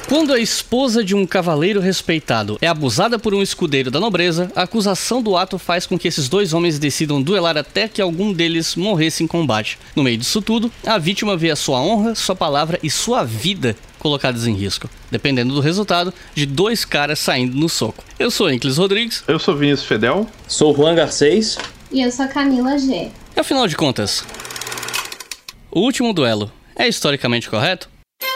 Quando a esposa de um cavaleiro respeitado é abusada por um escudeiro da nobreza, a acusação do ato faz com que esses dois homens decidam duelar até que algum deles morresse em combate. No meio disso tudo, a vítima vê a sua honra, sua palavra e sua vida colocadas em risco, dependendo do resultado de dois caras saindo no soco. Eu sou Enclis Rodrigues. Eu sou Vinícius Fedel. Sou Juan Garcês. E eu sou a Camila G. Afinal de contas, o último duelo é historicamente correto?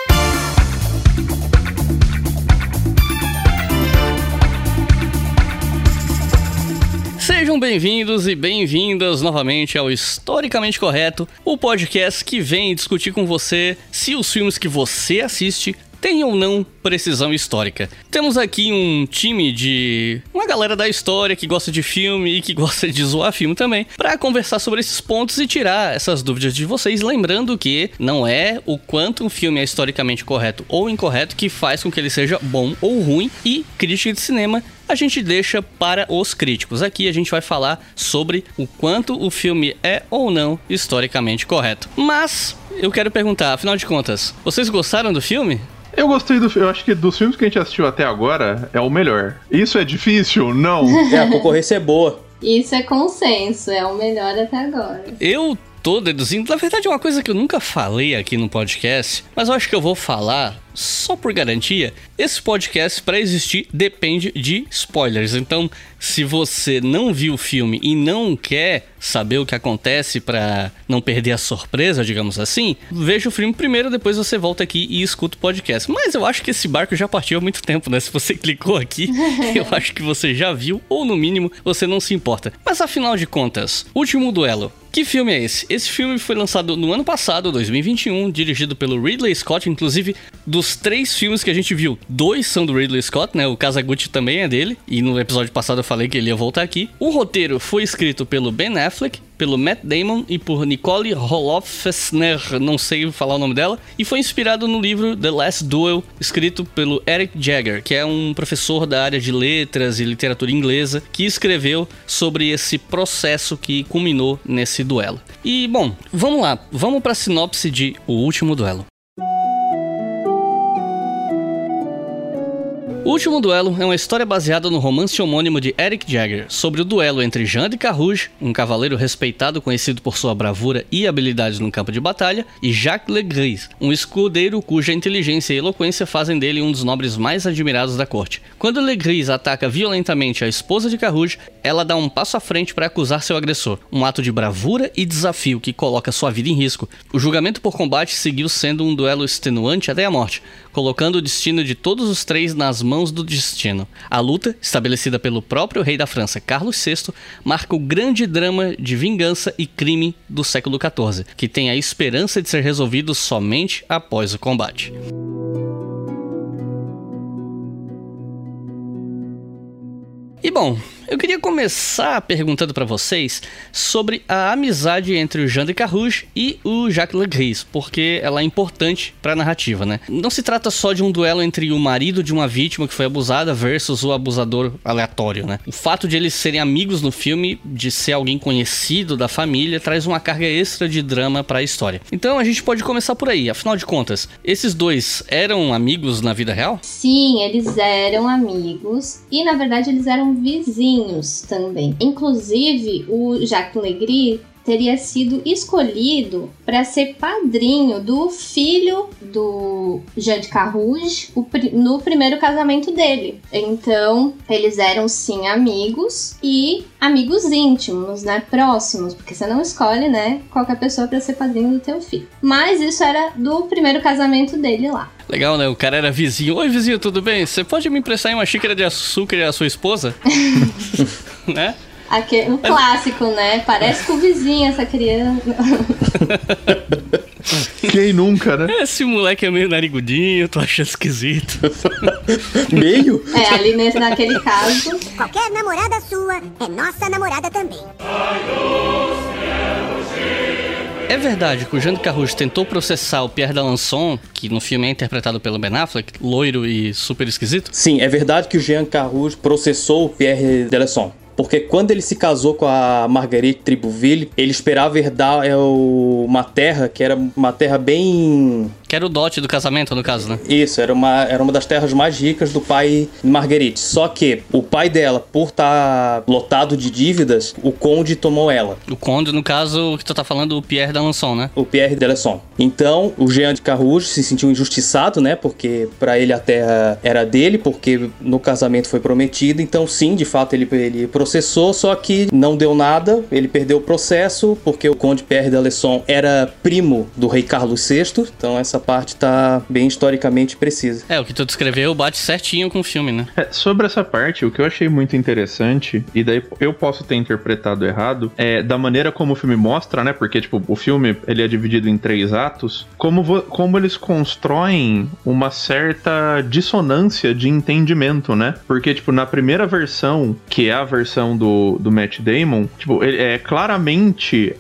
Sejam bem-vindos e bem-vindas novamente ao Historicamente Correto, o podcast que vem discutir com você se os filmes que você assiste têm ou não precisão histórica. Temos aqui um time de uma galera da história que gosta de filme e que gosta de zoar filme também, para conversar sobre esses pontos e tirar essas dúvidas de vocês, lembrando que não é o quanto um filme é historicamente correto ou incorreto que faz com que ele seja bom ou ruim, e crítica de cinema a gente deixa para os críticos. Aqui a gente vai falar sobre o quanto o filme é ou não historicamente correto. Mas eu quero perguntar, afinal de contas, vocês gostaram do filme? Eu gostei do filme. Eu acho que dos filmes que a gente assistiu até agora é o melhor. Isso é difícil? Não. A concorrência é boa. Isso é consenso, é o melhor até agora. Eu tô deduzindo, na verdade é uma coisa que eu nunca falei aqui no podcast, mas eu acho que eu vou falar só por garantia. Esse podcast, para existir, depende de spoilers. Então, se você não viu o filme e não quer saber o que acontece para não perder a surpresa, digamos assim, veja o filme primeiro, depois você volta aqui e escuta o podcast. Mas eu acho que esse barco já partiu há muito tempo, né? Se você clicou aqui, eu acho que você já viu, ou no mínimo, você não se importa. Mas afinal de contas, Último Duelo. Que filme é esse? Esse filme foi lançado no ano passado, 2021, dirigido pelo Ridley Scott. Inclusive, dos 3 filmes que a gente viu, 2 são do Ridley Scott, né? O Kazaguchi também é dele, e no episódio passado eu falei que ele ia voltar aqui. O roteiro foi escrito pelo Ben Affleck, pelo Matt Damon e por Nicole Holofcener, não sei falar o nome dela, e foi inspirado no livro The Last Duel, escrito pelo Eric Jagger, que é um professor da área de letras e literatura inglesa, que escreveu sobre esse processo que culminou nesse duelo. E, bom, vamos lá, vamos para a sinopse de O Último Duelo. O Último Duelo é uma história baseada no romance homônimo de Eric Jagger, sobre o duelo entre Jean de Carrouge, um cavaleiro respeitado conhecido por sua bravura e habilidades no campo de batalha, e Jacques Legris, um escudeiro cuja inteligência e eloquência fazem dele um dos nobres mais admirados da corte. Quando Legris ataca violentamente a esposa de Carrouge, ela dá um passo à frente para acusar seu agressor, um ato de bravura e desafio que coloca sua vida em risco. O julgamento por combate seguiu sendo um duelo extenuante até a morte, colocando o destino de todos os 3 nas mãos do destino. A luta, estabelecida pelo próprio rei da França, Carlos VI, marca o grande drama de vingança e crime do século XIV, que tem a esperança de ser resolvido somente após o combate. E bom, eu queria começar perguntando pra vocês sobre a amizade entre o Jean de Carrouge e o Jacques Legris, porque ela é importante pra narrativa, né? Não se trata só de um duelo entre o marido de uma vítima que foi abusada versus o abusador aleatório, né? O fato de eles serem amigos no filme, de ser alguém conhecido da família, traz uma carga extra de drama pra história. Então a gente pode começar por aí. Afinal de contas, esses dois eram amigos na vida real? Sim, eles eram amigos e, na verdade, eles eram vizinhos também. Inclusive, o Jacques Legris teria sido escolhido para ser padrinho do filho do Jean de Carrouge no primeiro casamento dele. Então, eles eram sim amigos e amigos íntimos, né, próximos, porque você não escolhe, né, qualquer pessoa para ser padrinho do teu filho. Mas isso era do primeiro casamento dele lá. Legal, né? O cara era vizinho. Oi, vizinho, tudo bem? Você pode me emprestar aí uma xícara de açúcar à sua esposa? Né? O clássico, né? Parece com o vizinho essa criança. Quem nunca, né? Esse moleque é meio narigudinho, tô achando esquisito. Meio? É, ali naquele caso. Qualquer namorada sua é nossa namorada também. É verdade que o Jean de Carrouge tentou processar o Pierre d'Alençon, que no filme é interpretado pelo Ben Affleck, loiro e super esquisito? Sim, é verdade que o Jean Carrouge processou o Pierre d'Alençon. Porque quando ele se casou com a Marguerite Tribouville, ele esperava herdar uma terra que era uma terra bem Que era o dote do casamento, no caso, né? Isso, era uma das terras mais ricas do pai de Marguerite. Só que o pai dela, por estar lotado de dívidas, o conde tomou ela. O conde, no caso, que tu tá falando, o Pierre d'Alençon, né? O Pierre d'Alençon. Então, o Jean de Carrouges se sentiu injustiçado, né? Porque pra ele a terra era dele, porque no casamento foi prometido. Então, sim, de fato, ele processou, só que não deu nada. Ele perdeu o processo, porque o conde Pierre d'Alençon era primo do rei Carlos VI. Então, essa parte tá bem historicamente precisa. O que tu descreveu bate certinho com o filme, né? Sobre essa parte, o que eu achei muito interessante, e daí eu posso ter interpretado errado, é da maneira como o filme mostra, né? Porque, tipo, o filme, ele é dividido em 3 atos, como eles constroem uma certa dissonância de entendimento, né? Porque, tipo, na primeira versão, que é a versão do Matt Damon, tipo, claramente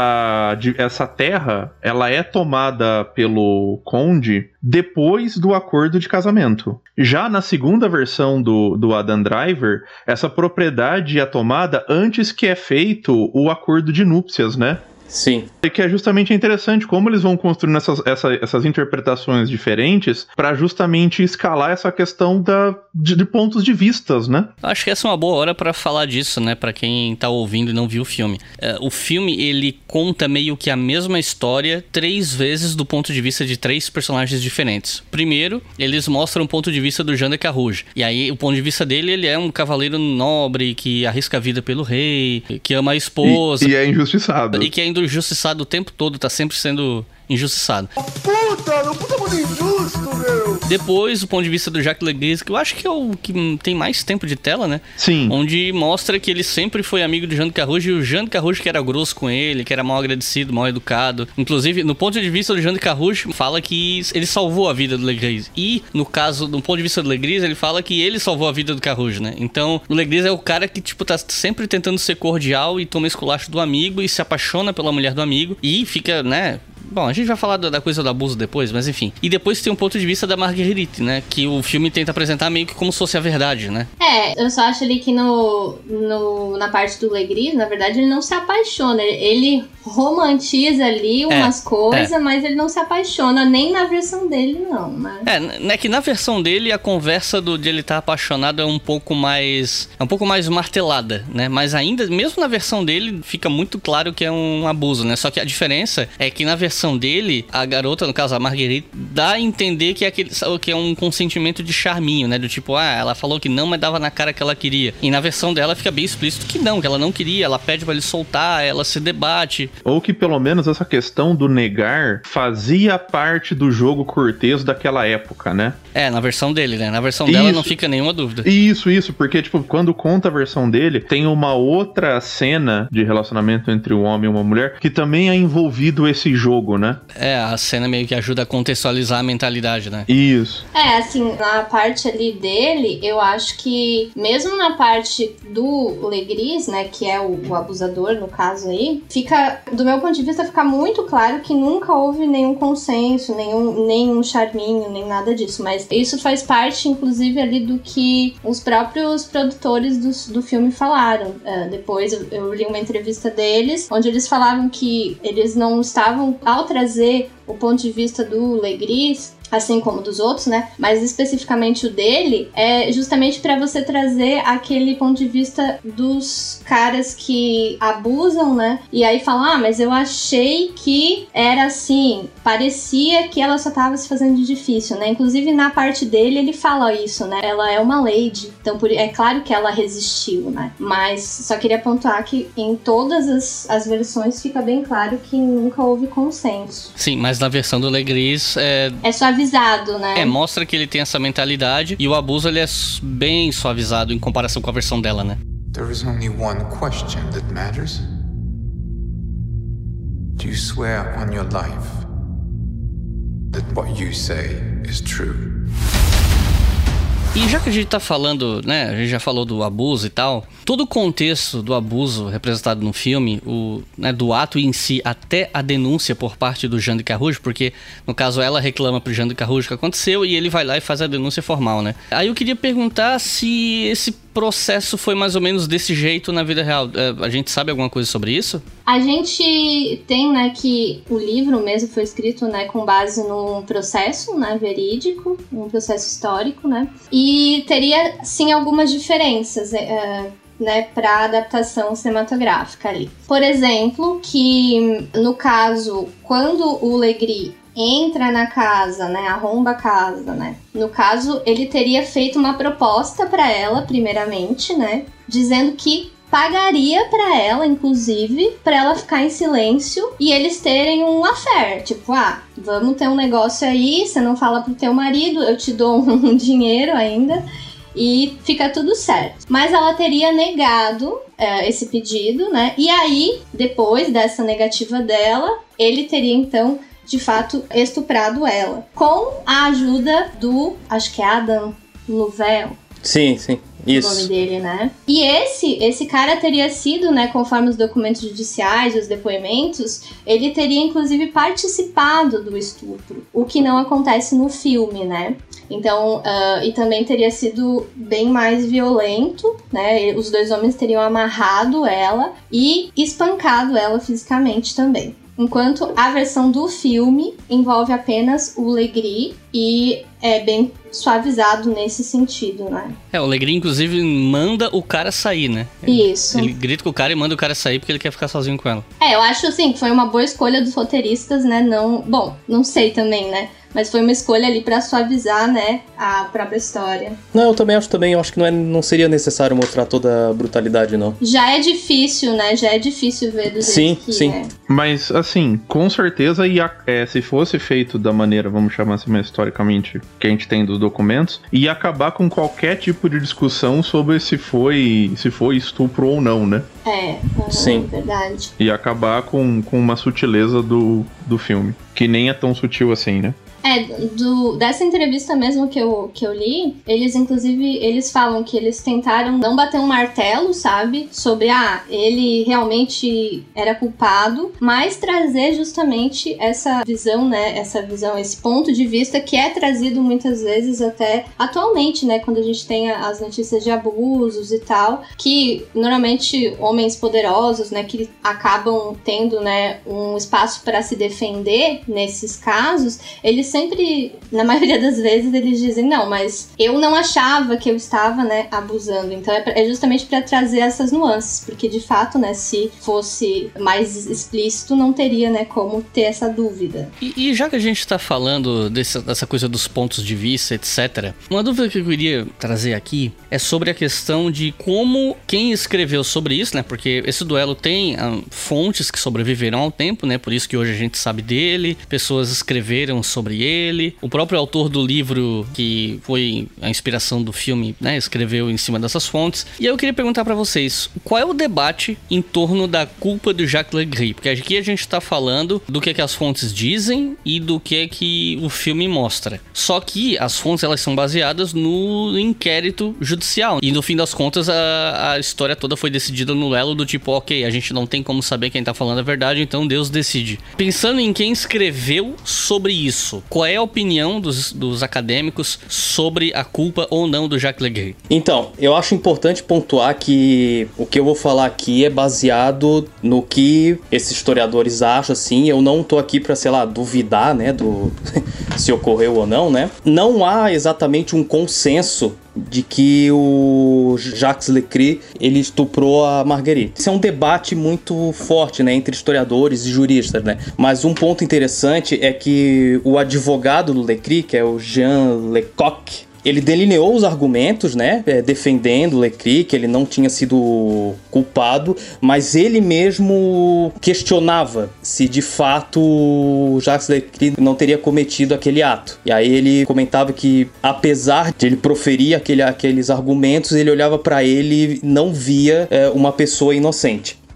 essa terra, ela é tomada pelo conde depois do acordo de casamento. Já na segunda versão do Adam Driver, essa propriedade é tomada antes que é feito o acordo de núpcias, né? Sim. E que é justamente interessante como eles vão construindo essas interpretações diferentes para justamente escalar essa questão de pontos de vistas, né? Acho que essa é uma boa hora pra falar disso, né? Pra quem tá ouvindo e não viu o filme. O filme, ele conta meio que a mesma história 3 vezes do ponto de vista de 3 personagens diferentes. Primeiro, eles mostram o ponto de vista do Jean de Carrouges. E aí, o ponto de vista dele, ele é um cavaleiro nobre que arrisca a vida pelo rei, que ama a esposa. E é injustiçado. E que é injustiçado o tempo todo, tá sempre sendo injustiçado. Puta muito injusto, meu! Depois, o ponto de vista do Jacques Legris, que eu acho que é o que tem mais tempo de tela, né? Sim. Onde mostra que ele sempre foi amigo do Jean de Carrouges, e o Jean de Carrouges que era grosso com ele, que era mal agradecido, mal educado. Inclusive, no ponto de vista do Jean de Carrouges, fala que ele salvou a vida do Legris. E, no caso, no ponto de vista do Legris, ele fala que ele salvou a vida do Carrouges, né? Então, o Legris é o cara que, tipo, tá sempre tentando ser cordial e toma esculacho do amigo e se apaixona pela mulher do amigo e fica, né... Bom, a gente vai falar da coisa do abuso depois, mas enfim. E depois tem um ponto de vista da Marguerite, né? Que o filme tenta apresentar meio que como se fosse a verdade, né? Eu só acho ali que na parte do Legris, na verdade, ele não se apaixona. Ele romantiza ali umas coisas, mas ele não se apaixona, nem na versão dele, não, né? É que na versão dele, a conversa de ele estar apaixonado é um pouco mais martelada, né? Mas ainda, mesmo na versão dele, fica muito claro que é um abuso, né? Só que a diferença é que na versão dele, a garota, no caso a Marguerite, dá a entender que é um consentimento de charminho, né? Do tipo, ela falou que não, mas dava na cara que ela queria. E na versão dela fica bem explícito que ela não queria, ela pede pra ele soltar, ela se debate. Ou que pelo menos essa questão do negar fazia parte do jogo cortês daquela época, né? Na versão dele, né? Na versão dela não fica nenhuma dúvida. Isso, porque, tipo, quando conta a versão dele, tem uma outra cena de relacionamento entre um homem e uma mulher que também é envolvido esse jogo, né? A cena meio que ajuda a contextualizar a mentalidade, né? Isso. Assim, na parte ali dele, eu acho que, mesmo na parte do Legris, né, que é o abusador, no caso aí, do meu ponto de vista, fica muito claro que nunca houve nenhum consenso, nenhum charminho, nem nada disso, mas isso faz parte, inclusive, ali do que os próprios produtores do filme falaram. Depois eu li uma entrevista deles, onde eles falavam que eles não estavam, ao trazer o ponto de vista do Legris, assim como dos outros, né? Mas especificamente o dele é justamente pra você trazer aquele ponto de vista dos caras que abusam, né? E aí falam, mas eu achei que era assim, parecia que ela só tava se fazendo de difícil, né? Inclusive na parte dele ele fala isso, né? Ela é uma lady, então é claro que ela resistiu, né? Mas só queria pontuar que em todas as versões fica bem claro que nunca houve consenso. Sim, mas na versão do Legris é suavizado, né? Mostra que ele tem essa mentalidade e o abuso ele é bem suavizado em comparação com a versão dela, né? There is only one question that matters. Do you swear on your life that what you say is true? E já que a gente tá falando, né, a gente já falou do abuso e tal, todo o contexto do abuso representado no filme, né, do ato em si até a denúncia por parte do Jean de Carrouges, porque no caso ela reclama pro Jean de Carrouges o que aconteceu e ele vai lá e faz a denúncia formal, né? Aí eu queria perguntar se esse processo foi mais ou menos desse jeito na vida real. A gente sabe alguma coisa sobre isso? A gente tem, né, que o livro mesmo foi escrito, né, com base num processo, né, verídico, um processo histórico, né, e teria, sim, algumas diferenças, né, para adaptação cinematográfica ali. Por exemplo, que no caso, quando o Legris entra na casa, né, arromba a casa, né, no caso, ele teria feito uma proposta para ela, primeiramente, né, dizendo que pagaria pra ela, inclusive, pra ela ficar em silêncio e eles terem um affair. Tipo, vamos ter um negócio aí, você não fala pro teu marido, eu te dou um dinheiro ainda e fica tudo certo. Mas ela teria negado esse pedido, né? E aí, depois dessa negativa dela, ele teria, então, de fato, estuprado ela. Com a ajuda do, acho que é Adam Louvel. Sim, sim. Isso. O nome dele, né? E esse cara teria sido, né, conforme os documentos judiciais, os depoimentos, ele teria inclusive participado do estupro, o que não acontece no filme, né? Então, e também teria sido bem mais violento, né? Os dois homens teriam amarrado ela e espancado ela fisicamente também. Enquanto a versão do filme envolve apenas o Legris e é bem suavizado nesse sentido, né? O Legris, inclusive, manda o cara sair, né? Isso. Ele grita com o cara e manda o cara sair porque ele quer ficar sozinho com ela. Eu acho, assim, que foi uma boa escolha dos roteiristas, né? Bom, não sei também, né? Mas foi uma escolha ali pra suavizar, né, a própria história. Não, eu acho que não seria necessário mostrar toda a brutalidade, não. Já é difícil, né? Já é difícil ver do jeito que sim. é. Mas, assim, com certeza, se fosse feito da maneira, vamos chamar assim, historicamente, que a gente tem dos documentos, ia acabar com qualquer tipo de discussão sobre se foi estupro ou não, né? Sim. Verdade. Ia acabar com uma sutileza do filme, que nem é tão sutil assim, né? Dessa entrevista mesmo que eu li, eles falam que eles tentaram não bater um martelo, sabe? Sobre, ele realmente era culpado, mas trazer justamente essa visão, né? Esse ponto de vista que é trazido muitas vezes até atualmente, né? Quando a gente tem as notícias de abusos e tal, que normalmente homens poderosos, né? Que acabam tendo, né? Um espaço para se defender nesses casos, eles sempre, na maioria das vezes, eles dizem, não, mas eu não achava que eu estava, né, abusando. Então é justamente para trazer essas nuances, porque de fato, né, se fosse mais explícito, não teria, né, como ter essa dúvida. E já que a gente tá falando dessa coisa dos pontos de vista, etc., uma dúvida que eu queria trazer aqui é sobre a questão de como quem escreveu sobre isso, né, porque esse duelo tem fontes que sobreviveram ao tempo, né, por isso que hoje a gente sabe dele, pessoas escreveram sobre ele, o próprio autor do livro, que foi a inspiração do filme, né, escreveu em cima dessas fontes. E aí eu queria perguntar pra vocês, qual é o debate em torno da culpa do Jacques Legris? Porque aqui a gente tá falando do que as fontes dizem e do que o filme mostra. Só que as fontes, elas são baseadas no inquérito judicial. E no fim das contas, a história toda foi decidida no elo do tipo, ok, a gente não tem como saber quem tá falando a verdade, então Deus decide. Pensando em quem escreveu sobre isso, qual é a opinião dos acadêmicos sobre a culpa ou não do Jacques Legris? Então, eu acho importante pontuar que o que eu vou falar aqui é baseado no que esses historiadores acham, assim. Eu não tô aqui pra, sei lá, duvidar, né, do se ocorreu ou não, né? Não há exatamente um consenso de que o Jacques Legris, ele estuprou a Marguerite. Isso é um debate muito forte, né, entre historiadores e juristas, né? Mas um ponto interessante é que o advogado do Legris, que é o Jean Lecoq, ele delineou os argumentos, né, defendendo o Legris, que ele não tinha sido culpado, mas ele mesmo questionava se de fato Jacques Legris não teria cometido aquele ato. E aí ele comentava que, apesar de ele proferir aqueles argumentos, ele olhava para ele e não via uma pessoa inocente.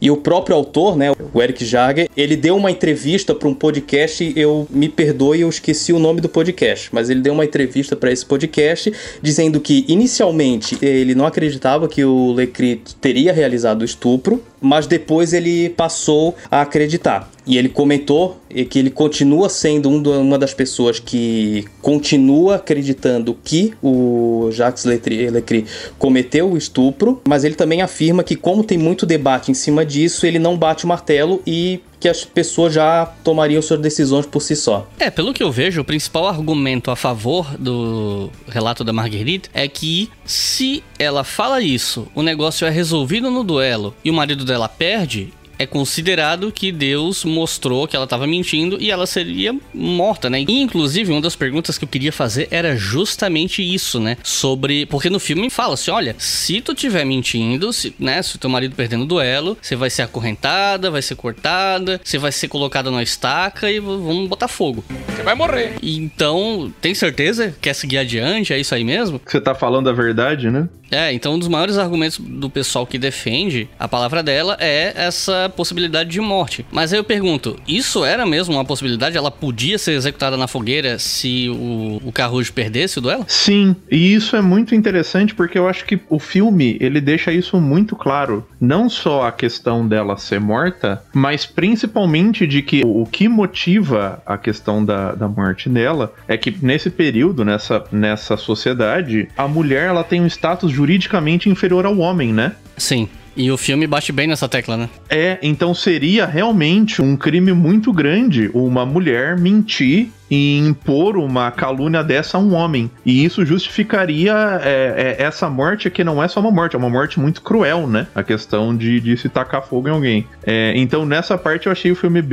E o próprio autor, né, o Eric Jagger, ele deu uma entrevista para um podcast, me perdoe, eu esqueci o nome do podcast, mas ele deu uma entrevista para esse podcast dizendo que inicialmente ele não acreditava que o Lecrie teria realizado o estupro, mas depois ele passou a acreditar. E ele comentou que ele continua sendo uma das pessoas que continua acreditando que o Jacques Lecrie cometeu o estupro, mas ele também afirma que, como tem muito debate em cima disso, ele não bate o martelo e que as pessoas já tomariam suas decisões por si só. Pelo que eu vejo, o principal argumento a favor do relato da Marguerite é que se ela fala isso, o negócio é resolvido no duelo e o marido dela perde, é considerado que Deus mostrou que ela estava mentindo e ela seria morta, né? E, inclusive, uma das perguntas que eu queria fazer era justamente isso, né? Sobre... Porque no filme fala assim, olha, se tu estiver mentindo, se o teu marido perdendo o duelo, você vai ser acorrentada, vai ser cortada, você vai ser colocada numa estaca e vamos botar fogo. Você vai morrer. Então, tem certeza? Quer seguir adiante? É isso aí mesmo? Você tá falando a verdade, né? Então um dos maiores argumentos do pessoal que defende a palavra dela é essa possibilidade de morte. Mas aí eu pergunto, isso era mesmo uma possibilidade? Ela podia ser executada na fogueira se o Carrouge perdesse o duelo? Sim, e isso é muito interessante porque eu acho que o filme, ele deixa isso muito claro. Não só a questão dela ser morta, mas principalmente de que o que motiva a questão da morte dela é que nesse período, nessa sociedade, a mulher ela tem um status juridicamente inferior ao homem, né? Sim. E o filme bate bem nessa tecla, né? Então seria realmente um crime muito grande uma mulher mentir e impor uma calúnia dessa a um homem. E isso justificaria essa morte, que não é só uma morte, é uma morte muito cruel, né? A questão de se tacar fogo em alguém. Então nessa parte eu achei o filme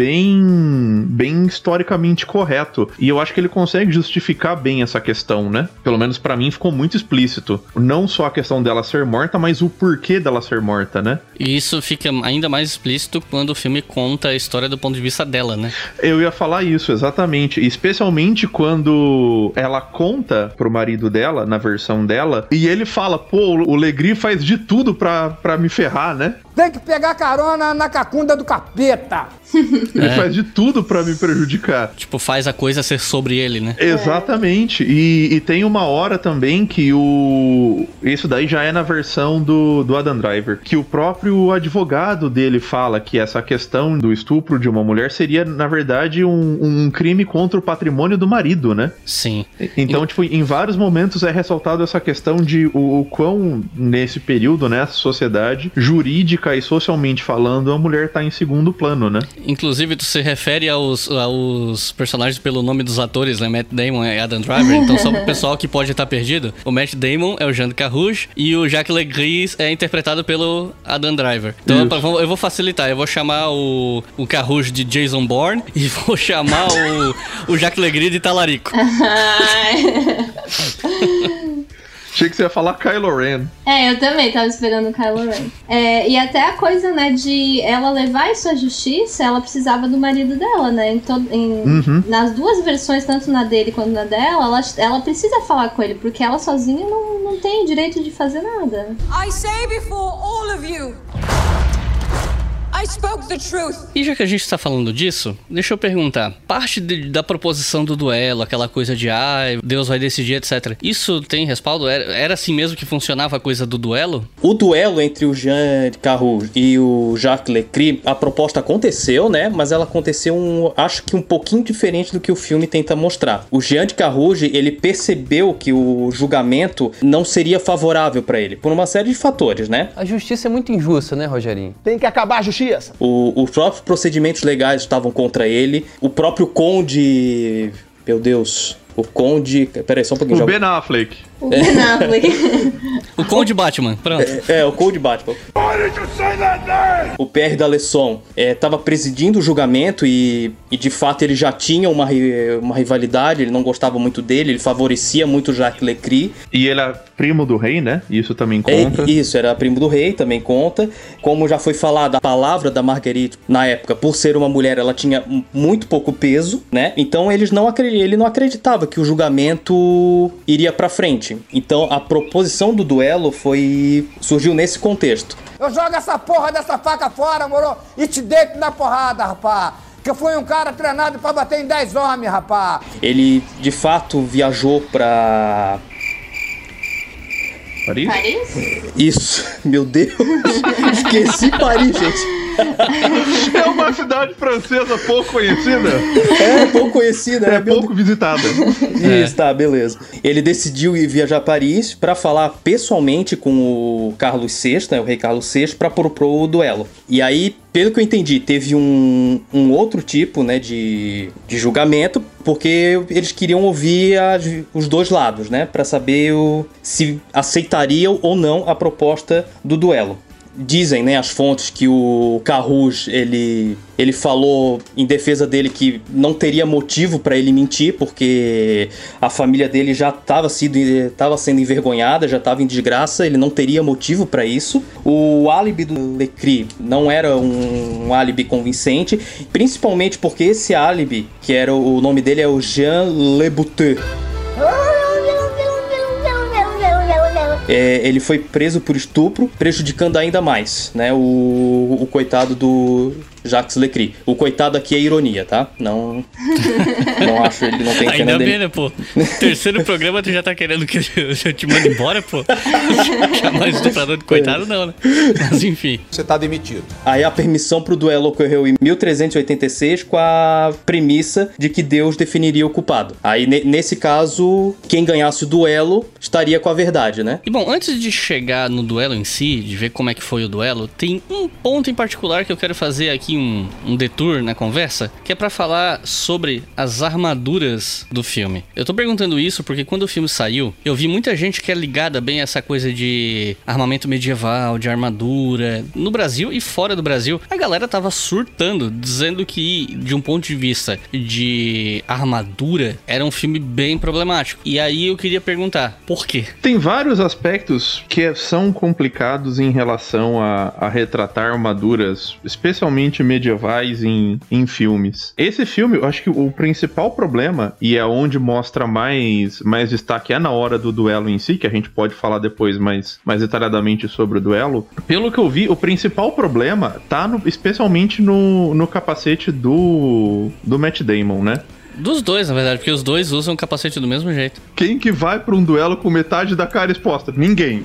bem historicamente correto. E eu acho que ele consegue justificar bem essa questão, né? Pelo menos pra mim ficou muito explícito. Não só a questão dela ser morta, mas o porquê dela ser morta, né? E isso fica ainda mais explícito quando o filme conta a história do ponto de vista dela, né? Eu ia falar isso, exatamente. Especialmente quando ela conta pro marido dela, na versão dela, e ele fala, pô, o Legris faz de tudo pra me ferrar, né? Tem que pegar carona na cacunda do capeta. Ele faz de tudo pra me prejudicar. Tipo, faz a coisa ser sobre ele, né? Exatamente. E tem uma hora também que isso daí já é na versão do Adam Driver, que o próprio advogado dele fala que essa questão do estupro de uma mulher seria, na verdade, um crime contra o patrimônio do marido, né? Sim. Então, tipo, em vários momentos é ressaltado essa questão de o quão, nesse período, né, a sociedade jurídica e socialmente falando, a mulher tá em segundo plano, né? Inclusive, tu se refere aos personagens pelo nome dos atores, né? Matt Damon e Adam Driver. Então, só pro pessoal que pode estar perdido, o Matt Damon é o Jean Carrouge e o Jacques Legris é interpretado pelo Adam Driver. Então, eu vou facilitar. Eu vou chamar o Carrouge de Jason Bourne e vou chamar o Jacques Legris de Talarico. Achei que você ia falar Kylo Ren. Eu também tava esperando o Kylo Ren. E até a coisa, né, de ela levar isso à justiça, ela precisava do marido dela, né? Nas duas versões, tanto na dele quanto na dela, ela precisa falar com ele, porque ela sozinha não tem direito de fazer nada. I say before all of you, I spoke the truth. E já que a gente tá falando disso, deixa eu perguntar. Parte da proposição do duelo, aquela coisa de Deus vai decidir, etc. Isso tem respaldo? Era assim mesmo que funcionava a coisa do duelo? O duelo entre o Jean Carrouge e o Jacques Lecrie, a proposta aconteceu, né? Mas ela aconteceu, acho que um pouquinho diferente do que o filme tenta mostrar. O Jean Carrouge, ele percebeu que o julgamento não seria favorável pra ele, por uma série de fatores, né? A justiça é muito injusta, né, Rogerinho? Tem que acabar a justiça. Os próprios procedimentos legais estavam contra ele. O próprio Conde... Meu Deus... O Conde... Peraí, só um pouquinho. Ben Affleck. O Ben Affleck. O Conde Batman, pronto. O Conde Batman. O Pierre d'Alesson estava presidindo o julgamento e de fato ele já tinha uma rivalidade, ele não gostava muito dele, ele favorecia muito o Jacques Lecrie. E ele é primo do rei, né? Isso também conta. Isso, era primo do rei, também conta. Como já foi falado, a palavra da Marguerite, na época, por ser uma mulher, ela tinha muito pouco peso, né? Então ele não acreditava que o julgamento iria pra frente. Exatamente. Então a proposição do duelo surgiu nesse contexto. Eu jogo essa porra dessa faca fora, moro? E te deito na porrada, rapá. Que eu fui um cara treinado pra bater em 10 homens, rapá. Ele, de fato, viajou pra... Paris? Isso, meu Deus. Esqueci Paris, gente. É uma cidade francesa pouco conhecida. Pouco conhecida. É pouco visitada. Isso, tá, beleza. Ele decidiu ir viajar a Paris pra falar pessoalmente com o Carlos VI, né, o rei Carlos VI, pra propor o duelo. E aí, pelo que eu entendi, teve um outro tipo, né, de julgamento, porque eles queriam ouvir os dois lados, né, pra saber se aceitariam ou não a proposta do duelo. Dizem, né, as fontes que o Carrouge, ele falou em defesa dele que não teria motivo para ele mentir, porque a família dele já estava sendo envergonhada, já estava em desgraça, ele não teria motivo para isso. O álibi do Lecrie não era um álibi convincente, principalmente porque esse álibi, que era o nome dele é o Jean Lebouteur. Ele foi preso por estupro, prejudicando ainda mais, né, o coitado do Jacques Lecrie. O coitado aqui é ironia, tá? Não acho, ele não tem ainda bem, né, pô? Terceiro programa tu já tá querendo que eu te mande embora, pô? Chamar estuprador de coitado não, né? Mas enfim. Você tá demitido. Aí a permissão pro duelo ocorreu em 1386 com a premissa de que Deus definiria o culpado. Aí nesse caso, quem ganhasse o duelo estaria com a verdade, né? E bom, antes de chegar no duelo em si, de ver como é que foi o duelo, tem um ponto em particular que eu quero fazer aqui um detour na conversa, que é pra falar sobre as armaduras do filme. Eu tô perguntando isso porque quando o filme saiu, eu vi muita gente que é ligada bem a essa coisa de armamento medieval, de armadura, no Brasil e fora do Brasil. A galera tava surtando, dizendo que, de um ponto de vista de armadura, era um filme bem problemático. E aí eu queria perguntar, por quê? Tem vários aspectos que são complicados em relação a retratar armaduras, especialmente medievais em filmes. Esse filme, eu acho que o principal problema, e é onde mostra mais destaque, é na hora do duelo em si, que a gente pode falar depois mais detalhadamente sobre o duelo. Pelo que eu vi, o principal problema tá especialmente no capacete do Matt Damon, né? Dos dois, na verdade, porque os dois usam o capacete do mesmo jeito. Quem que vai pra um duelo com metade da cara exposta? Ninguém.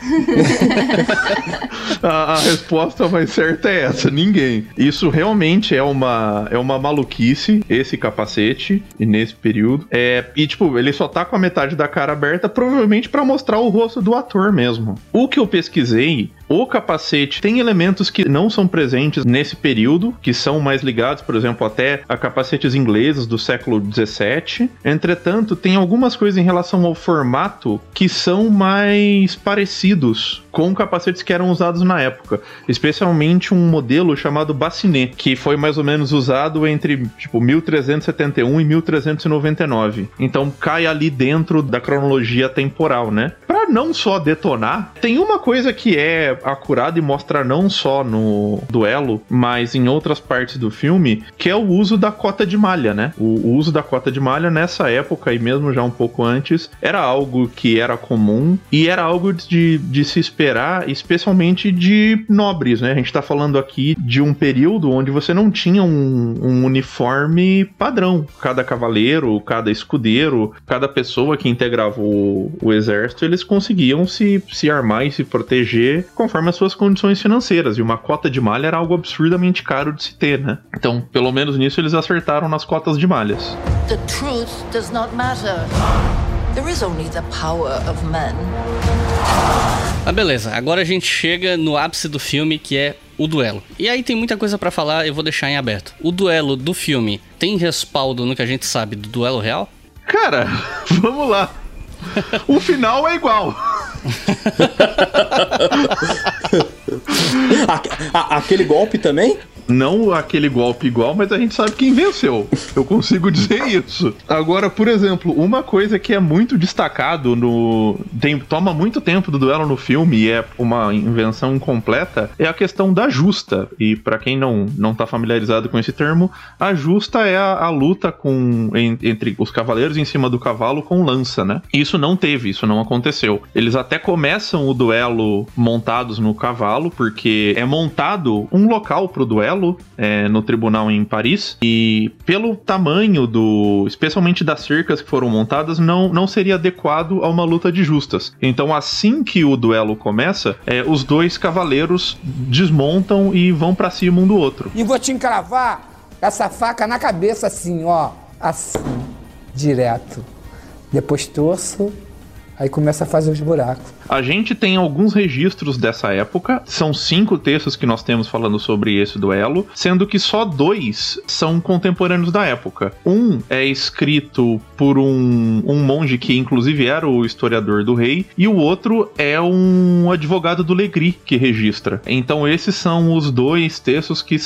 A resposta mais certa é essa, ninguém. Isso realmente é uma maluquice, esse capacete, nesse período. E tipo, ele só tá com a metade da cara aberta, provavelmente pra mostrar o rosto do ator mesmo. O que eu pesquisei, o capacete tem elementos que não são presentes nesse período, que são mais ligados, por exemplo, até a capacetes ingleses do século XVII. Entretanto, tem algumas coisas em relação ao formato que são mais parecidos com capacetes que eram usados na época. Especialmente um modelo chamado bassinet, que foi mais ou menos usado entre tipo 1371 e 1399. Então cai ali dentro da cronologia temporal, né? Pra não só detonar, tem uma coisa que é acurada e mostra não só no duelo, mas em outras partes do filme, que é o uso da cota de malha, né? O uso da cota de malha nessa época, e mesmo já um pouco antes, era algo que era comum e era algo de se esperar, especialmente de nobres, né? A gente tá falando aqui de um período onde você não tinha um uniforme padrão. Cada cavaleiro, cada escudeiro, cada pessoa que integrava o exército, eles conseguiam se armar e se proteger conforme as suas condições financeiras, e uma cota de malha era algo absurdamente caro de se ter, né? Então, pelo menos nisso eles acertaram nas cotas de malhas. The truth does not matter. There is only the power of men. Ah, beleza. Agora a gente chega no ápice do filme, que é o duelo. E aí tem muita coisa pra falar, eu vou deixar em aberto. O duelo do filme tem respaldo no que a gente sabe do duelo real? Cara, vamos lá. O final é igual. Aquele golpe também? Não aquele golpe igual, mas a gente sabe quem venceu. Eu consigo dizer isso. Agora, por exemplo, uma coisa que é muito destacado toma muito tempo do duelo no filme e é uma invenção incompleta, é a questão da justa. E pra quem não tá familiarizado com esse termo, a justa é a luta entre os cavaleiros em cima do cavalo com lança, né? Isso não aconteceu. Eles até começam o duelo montados no cavalo, porque é montado um local pro duelo no tribunal em Paris, e pelo tamanho especialmente das cercas que foram montadas, não seria adequado a uma luta de justas. Então, assim que o duelo começa, os dois cavaleiros desmontam e vão pra cima um do outro. E vou te encravar essa faca na cabeça assim, ó. Assim, direto. Depois torço, aí começa a fazer os buracos. A gente tem alguns registros dessa época, são 5 textos que nós temos falando sobre esse duelo, sendo que só 2 são contemporâneos da época. Um é escrito por um monge que inclusive era o historiador do rei, e o outro é um advogado do Legris que registra. Então esses são os 2 textos que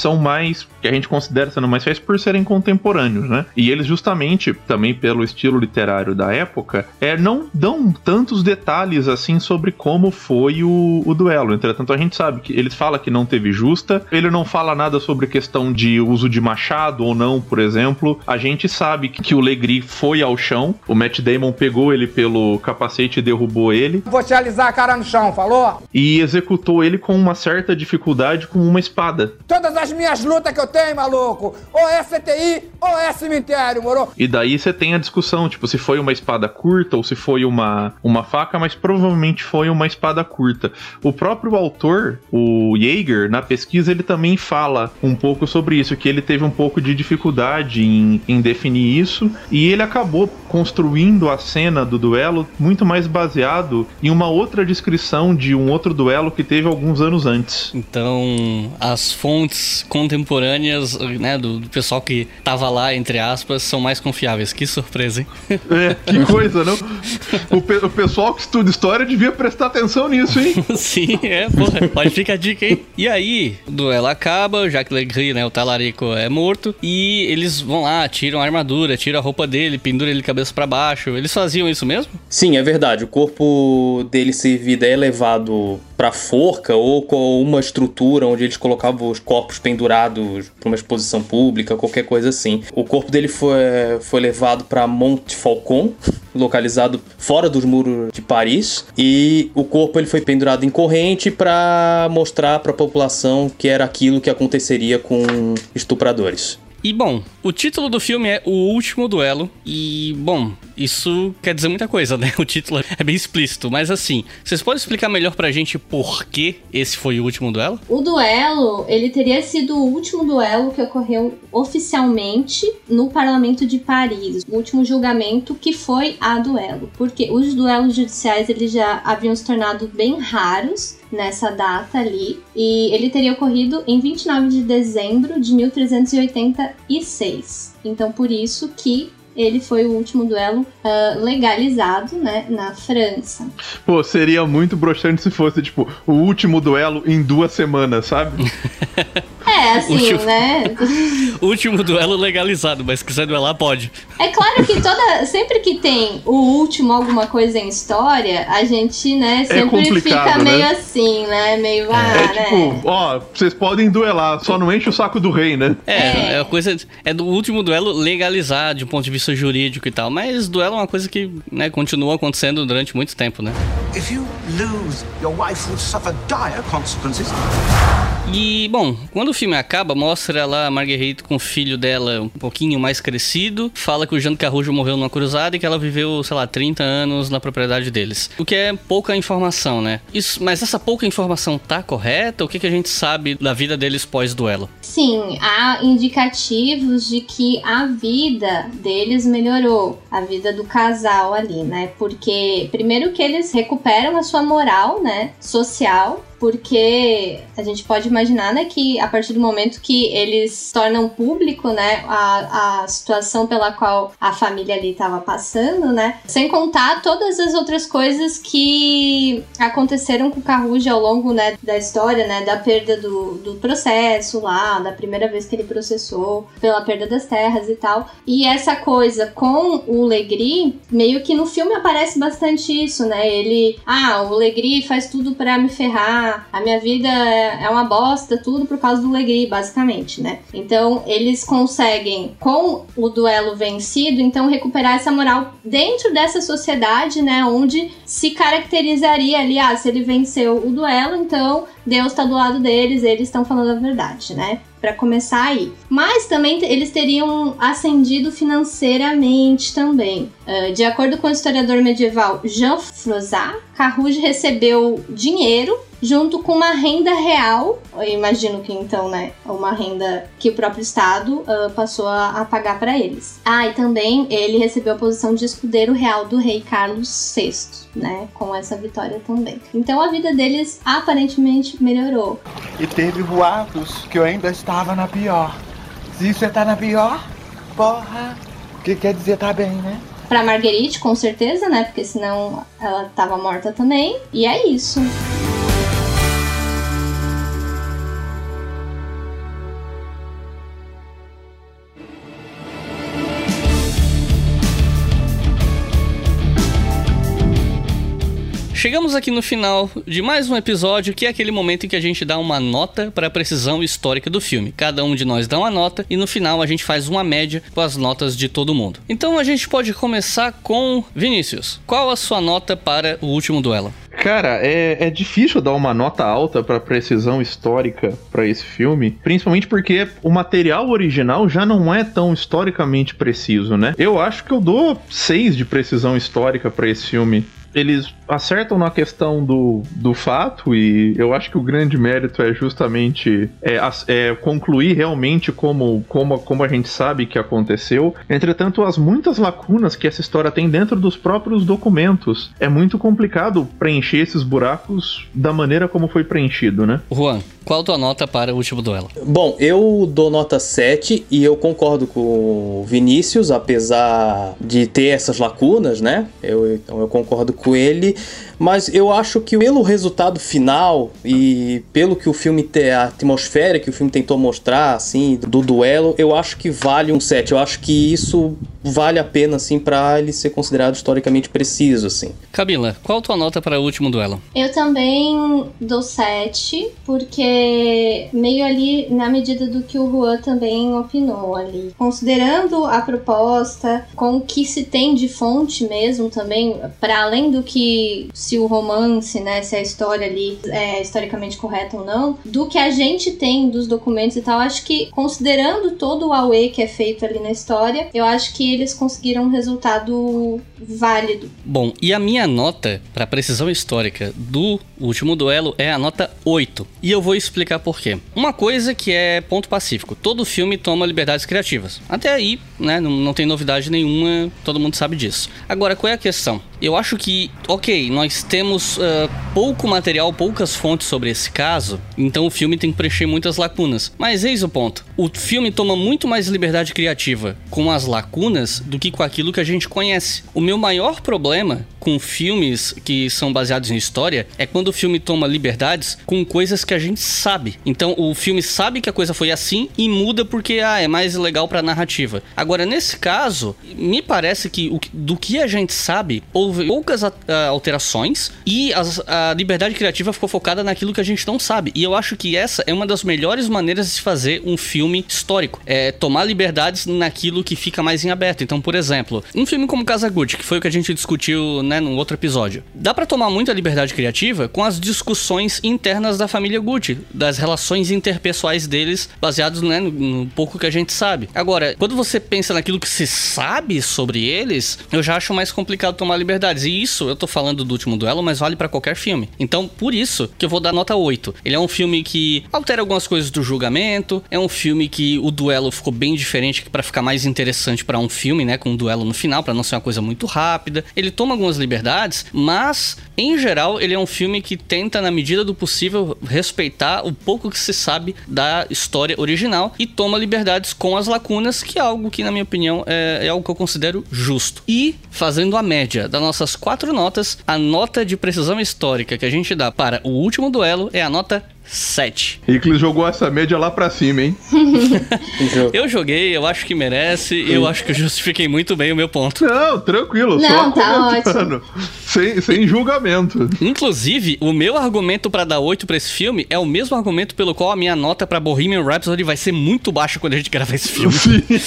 a gente considera sendo mais fiéis por serem contemporâneos, né? E eles justamente, também pelo estilo literário da época, não dão tantos detalhes assim sobre como foi o duelo. Entretanto, a gente sabe que ele fala que não teve justa, ele não fala nada sobre questão de uso de machado ou não, por exemplo. A gente sabe que o Legris foi ao chão, o Matt Damon pegou ele pelo capacete e derrubou ele. Vou te alisar a cara no chão, falou? E executou ele com uma certa dificuldade com uma espada. Todas as minhas lutas que eu tenho, maluco, ou é CTI ou é cemitério, moro? E daí você tem a discussão, tipo, se foi uma espada curta ou se foi uma faca, mas provavelmente foi uma espada curta. O próprio autor, o Yeager, na pesquisa, ele também fala um pouco sobre isso, que ele teve um pouco de dificuldade em definir isso, e ele acabou construindo a cena do duelo muito mais baseado em uma outra descrição de um outro duelo que teve alguns anos antes. Então, as fontes contemporâneas, né, do pessoal que tava lá, entre aspas, são mais confiáveis. Que surpresa, hein? Que coisa, não? O pessoal que estuda história devia prestar atenção nisso, hein? Sim, porra, pode ficar a dica, hein? E aí, o duelo acaba, o Jacques Legris, né, o talarico, é morto, e eles vão lá, tiram a armadura, tiram a roupa dele, penduram ele cabeça pra baixo. Eles faziam isso mesmo? Sim, é verdade. O corpo dele sem vida é levado pra forca ou com uma estrutura onde eles colocavam os corpos pendurados pra uma exposição pública, qualquer coisa assim. O corpo dele foi levado pra Montfaucon, localizado fora dos muros de Paris, e o corpo ele foi pendurado em corrente para mostrar para a população que era aquilo que aconteceria com estupradores. E, bom, o título do filme é O Último Duelo. E, bom, isso quer dizer muita coisa, né? O título é bem explícito. Mas, assim, vocês podem explicar melhor pra gente por que esse foi o último duelo? O duelo, ele teria sido o último duelo que ocorreu oficialmente no Parlamento de Paris. O último julgamento que foi a duelo. Porque os duelos judiciais, eles já haviam se tornado bem raros nessa data ali, e ele teria ocorrido em 29 de dezembro de 1386. Então, por isso que ele foi o último duelo legalizado, né, na França. Pô, seria muito broxante se fosse, tipo, o último duelo em 2 semanas, sabe? Assim, né? O último duelo legalizado, mas se quiser duelar, pode. É claro que sempre que tem o último alguma coisa em história, a gente, né, sempre fica meio assim, né? Meio, tipo, ó, vocês podem duelar, só não enche o saco do rei, né? A coisa é do último duelo legalizar de um ponto de vista jurídico e tal, mas duelo é uma coisa que, né, continua acontecendo durante muito tempo, né? If you lose, your wife will suffer dire consequences. E, bom, quando o filme acaba, mostra lá a Marguerite com o filho dela um pouquinho mais crescido, fala que o Jean de Carrouge morreu numa cruzada e que ela viveu, sei lá, 30 anos na propriedade deles. O que é pouca informação, né? Mas essa pouca informação tá correta? O que a gente sabe da vida deles pós-duelo? Sim, há indicativos de que a vida deles melhorou, a vida do casal ali, né? Porque, primeiro que eles recuperam a sua moral, né, social, porque a gente pode imaginar, né, que a partir do momento que eles tornam público, né, a situação pela qual a família ali estava passando, né, sem contar todas as outras coisas que aconteceram com o Carruge ao longo, né, da história, né, da perda do processo lá, da primeira vez que ele processou pela perda das terras e tal. E essa coisa com o Legris, meio que no filme aparece bastante isso, né, o Legris faz tudo pra me ferrar, a minha vida é uma bosta, tudo por causa do Legris, basicamente, né. Então, eles conseguem, com o duelo vencido, então recuperar essa moral dentro dessa sociedade, né, onde se caracterizaria ali, se ele venceu o duelo, então Deus tá do lado deles, eles estão falando a verdade, né? Pra começar aí. Mas também eles teriam ascendido financeiramente também. De acordo com o historiador medieval Jean Froissart, Carruge recebeu dinheiro junto com uma renda real, eu imagino que então, né, uma renda que o próprio Estado passou a pagar para eles. E também ele recebeu a posição de escudeiro real do rei Carlos VI, né, com essa vitória também. Então a vida deles aparentemente melhorou. E teve boatos que eu ainda estava na pior. Se você tá na pior, porra, o que quer dizer tá bem, né? Pra Marguerite, com certeza, né, porque senão ela tava morta também. E é isso. Chegamos aqui no final de mais um episódio, que é aquele momento em que a gente dá uma nota para a precisão histórica do filme. Cada um de nós dá uma nota e no final a gente faz uma média com as notas de todo mundo. Então a gente pode começar com Vinícius. Qual a sua nota para O Último Duelo? Cara, é difícil dar uma nota alta pra precisão histórica pra esse filme, principalmente porque o material original já não é tão historicamente preciso, né? Eu acho que eu dou 6 de precisão histórica pra esse filme. Eles acertam na questão do fato, e eu acho que o grande mérito é justamente concluir realmente como a gente sabe que aconteceu. Entretanto, as muitas lacunas que essa história tem dentro dos próprios documentos, é muito complicado preencher esses buracos da maneira como foi preenchido, né? Juan, qual a tua nota para O Último Duelo? Bom, eu dou nota 7 e eu concordo com o Vinícius, apesar de ter essas lacunas, né? Então eu concordo com ele, mas eu acho que pelo resultado final e pelo que o filme tem, a atmosfera que o filme tentou mostrar, assim, do duelo, eu acho que vale um 7. Eu acho que isso vale a pena, assim, pra ele ser considerado historicamente preciso, assim. Camila, qual a tua nota para O Último Duelo? Eu também dou 7, porque meio ali na medida do que o Juan também opinou ali. Considerando a proposta, com o que se tem de fonte mesmo também, para além do que se o romance, né, se a história ali é historicamente correta ou não, do que a gente tem dos documentos e tal, acho que considerando todo o auê que é feito ali na história, eu acho que eles conseguiram um resultado válido. Bom, e a minha nota para precisão histórica do Último Duelo é a nota 8. E eu vou explicar por quê. Uma coisa que é ponto pacífico: todo filme toma liberdades criativas. Até aí, né, não tem novidade nenhuma, todo mundo sabe disso. Agora, qual é a questão? Eu acho que, ok, nós temos pouco material, poucas fontes sobre esse caso, então o filme tem que preencher muitas lacunas. Mas eis o ponto: o filme toma muito mais liberdade criativa com as lacunas do que com aquilo que a gente conhece. O meu maior problema com filmes que são baseados em história é quando o filme toma liberdades com coisas que a gente sabe. Então o filme sabe que a coisa foi assim e muda porque é mais legal pra narrativa. Agora, nesse caso, me parece que do que a gente sabe, houve poucas alterações e a liberdade criativa ficou focada naquilo que a gente não sabe. E eu acho que essa é uma das melhores maneiras de se fazer um filme histórico. É tomar liberdades naquilo que fica mais em aberto. Então, por exemplo, um filme como Casa Gucci, que foi o que a gente discutiu, né, num outro episódio. Dá pra tomar muita liberdade criativa com as discussões internas da família Gucci, das relações interpessoais deles, baseados, né, no pouco que a gente sabe. Agora, quando você pensa naquilo que se sabe sobre eles, eu já acho mais complicado tomar liberdades. E isso, eu tô falando do Último Duelo, mas vale pra qualquer filme. Então, por isso que eu vou dar nota 8. Ele é um filme que altera algumas coisas do julgamento, é um filme filme que o duelo ficou bem diferente, pra ficar mais interessante pra um filme, né, com um duelo no final, pra não ser uma coisa muito rápida. Ele toma algumas liberdades, mas em geral ele é um filme que tenta, na medida do possível, respeitar o pouco que se sabe da história original e toma liberdades com as lacunas, que é algo que, na minha opinião, é algo que eu considero justo. E, fazendo a média das nossas 4 notas, a nota de precisão histórica que a gente dá para o último duelo é a nota 7. Iclis jogou essa média lá pra cima, hein? Eu joguei, eu acho que merece, eu acho que eu justifiquei muito bem o meu ponto. Não, tranquilo, não, só tá ótimo. Sem julgamento. Inclusive, o meu argumento pra dar 8 pra esse filme é o mesmo argumento pelo qual a minha nota pra Bohemian Rhapsody vai ser muito baixa quando a gente gravar esse filme.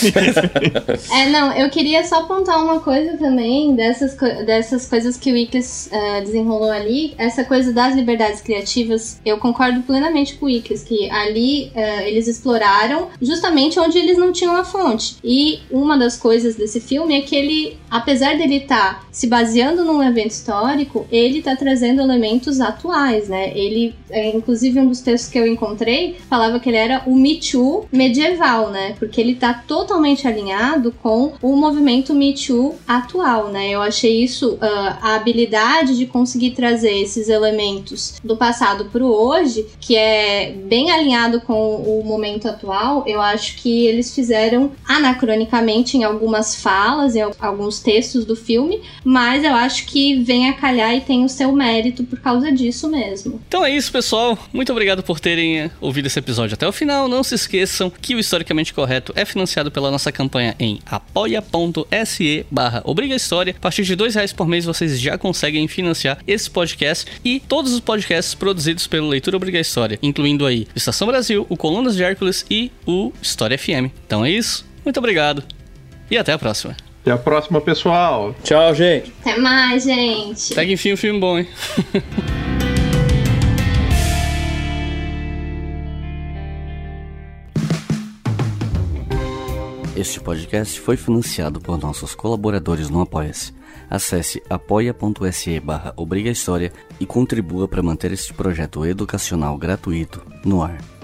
Não, eu queria só apontar uma coisa também dessas coisas que o Iclis desenrolou ali. Essa coisa das liberdades criativas, eu concordo plenamente com o Iclis, que ali eles exploraram justamente onde eles não tinham a fonte. E uma das coisas desse filme é que ele, apesar dele estar se baseando num evento histórico, ele está trazendo elementos atuais, né? Ele, inclusive um dos textos que eu encontrei, falava que ele era o Me Too medieval, né? Porque ele está totalmente alinhado com o movimento Me Too atual, né? Eu achei isso, a habilidade de conseguir trazer esses elementos do passado para o hoje, que é bem alinhado com o momento atual, eu acho que eles fizeram anacronicamente em algumas falas, em alguns textos do filme, mas eu acho que vem a calhar e tem o seu mérito por causa disso mesmo. Então é isso, pessoal. Muito obrigado por terem ouvido esse episódio até o final. Não se esqueçam que o Historicamente Correto é financiado pela nossa campanha em apoia.se/obrigahistoria. A partir de R$2 por mês vocês já conseguem financiar esse podcast e todos os podcasts produzidos pelo Leitura Obriga História, incluindo aí Estação Brasil, o Colunas de Hércules e o História FM. Então é isso, muito obrigado e até a próxima. Até a próxima, pessoal. Tchau, gente. Até mais, gente. Até que enfim um filme bom, hein? Este podcast foi financiado por nossos colaboradores no Apoia-se. Acesse apoia.se/obrigahistoria e contribua para manter este projeto educacional gratuito no ar.